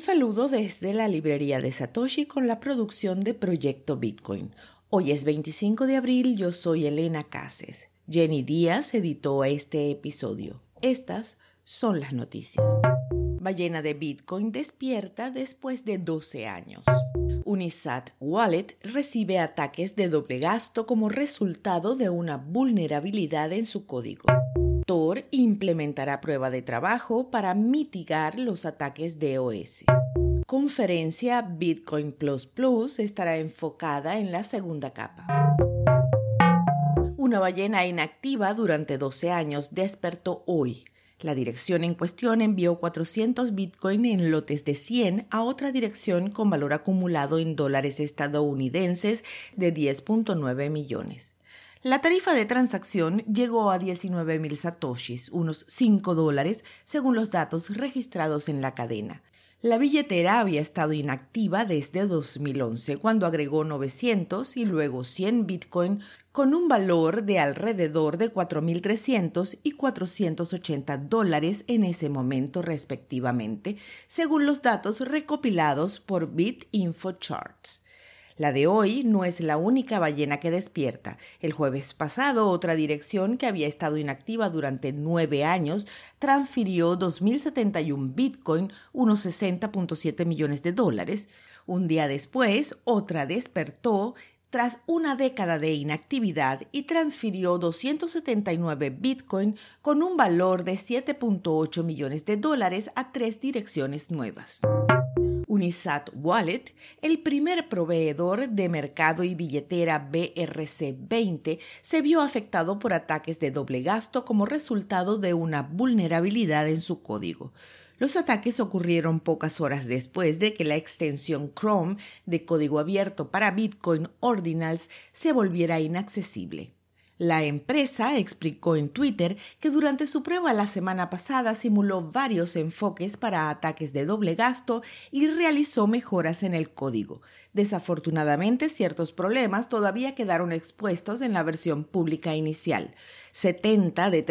saludo desde la librería de Satoshi con la producción de Proyecto Bitcoin. Hoy es 25 de abril, yo soy Elena Cases. Jenny Díaz editó este episodio. Estas son las noticias. Ballena de Bitcoin despierta después de 12 años. Unisat Wallet recibe ataques de doble gasto como resultado de una vulnerabilidad en su código. Tor implementará prueba de trabajo para mitigar los ataques DOS. Conferencia Bitcoin Plus Plus estará enfocada en la segunda capa. Una ballena inactiva durante 12 años despertó hoy. La dirección en cuestión envió 400 Bitcoin en lotes de 100 a otra dirección con valor acumulado en dólares estadounidenses de 10.9 millones. La tarifa de transacción llegó a 19.000 satoshis, unos $5, según los datos registrados en la cadena. La billetera había estado inactiva desde 2011, cuando agregó 900 y luego 100 Bitcoin con un valor de alrededor de 4.300 y $480 en ese momento respectivamente, según los datos recopilados por BitInfoCharts. La de hoy no es la única ballena que despierta. El jueves pasado, otra dirección que había estado inactiva durante 9 años transfirió 2.071 Bitcoin, unos $60.7 millones. Un día después, otra despertó tras una década de inactividad y transfirió 279 Bitcoin con un valor de $7.8 millones a 3 direcciones nuevas. Unisat Wallet, el primer proveedor de mercado y billetera BRC20, se vio afectado por ataques de doble gasto como resultado de una vulnerabilidad en su código. Los ataques ocurrieron pocas horas después de que la extensión Chrome de código abierto para Bitcoin Ordinals se volviera inaccesible. La empresa explicó en Twitter que durante su prueba la semana pasada simuló varios enfoques para ataques de doble gasto y realizó mejoras en el código. Desafortunadamente, ciertos problemas todavía quedaron expuestos en la versión pública inicial. 70 de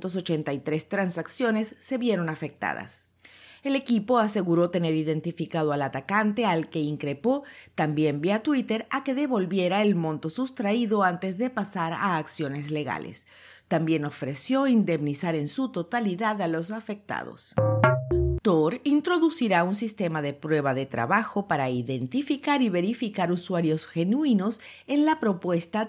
383 transacciones se vieron afectadas. El equipo aseguró tener identificado al atacante, al que increpó también vía Twitter a que devolviera el monto sustraído antes de pasar a acciones legales. También ofreció indemnizar en su totalidad a los afectados. Tor introducirá un sistema de prueba de trabajo para identificar y verificar usuarios genuinos en la propuesta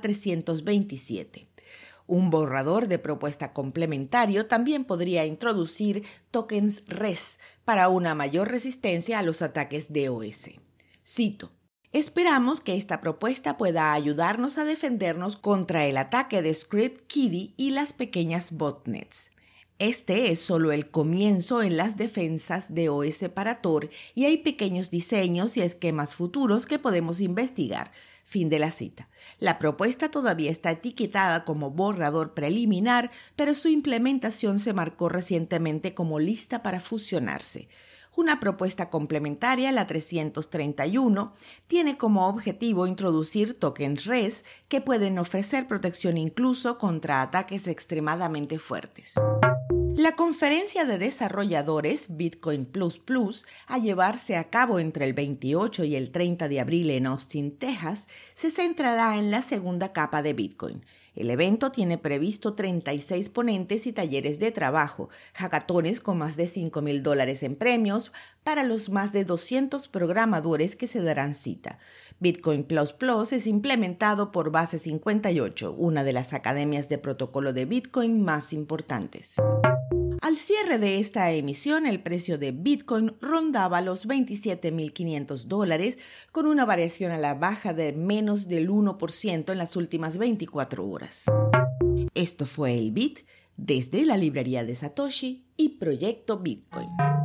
327. Un borrador de propuesta complementario también podría introducir tokens RES para una mayor resistencia a los ataques DOS. Cito: esperamos que esta propuesta pueda ayudarnos a defendernos contra el ataque de ScriptKitty y las pequeñas botnets. Este es solo el comienzo en las defensas DOS para Tor y hay pequeños diseños y esquemas futuros que podemos investigar. Fin de la cita. La propuesta todavía está etiquetada como borrador preliminar, pero su implementación se marcó recientemente como lista para fusionarse. Una propuesta complementaria, la 331, tiene como objetivo introducir tokens RES que pueden ofrecer protección incluso contra ataques extremadamente fuertes. La conferencia de desarrolladores Bitcoin Plus Plus, a llevarse a cabo entre el 28 y el 30 de abril en Austin, Texas, se centrará en la segunda capa de Bitcoin. El evento tiene previsto 36 ponentes y talleres de trabajo, hackatones con más de $5.000 en premios para los más de 200 programadores que se darán cita. Bitcoin Plus Plus es implementado por Base 58, una de las academias de protocolo de Bitcoin más importantes. Al cierre de esta emisión, el precio de Bitcoin rondaba los $27.500, con una variación a la baja de menos del 1% en las últimas 24 horas. Esto fue el Bit desde la librería de Satoshi y Proyecto Bitcoin.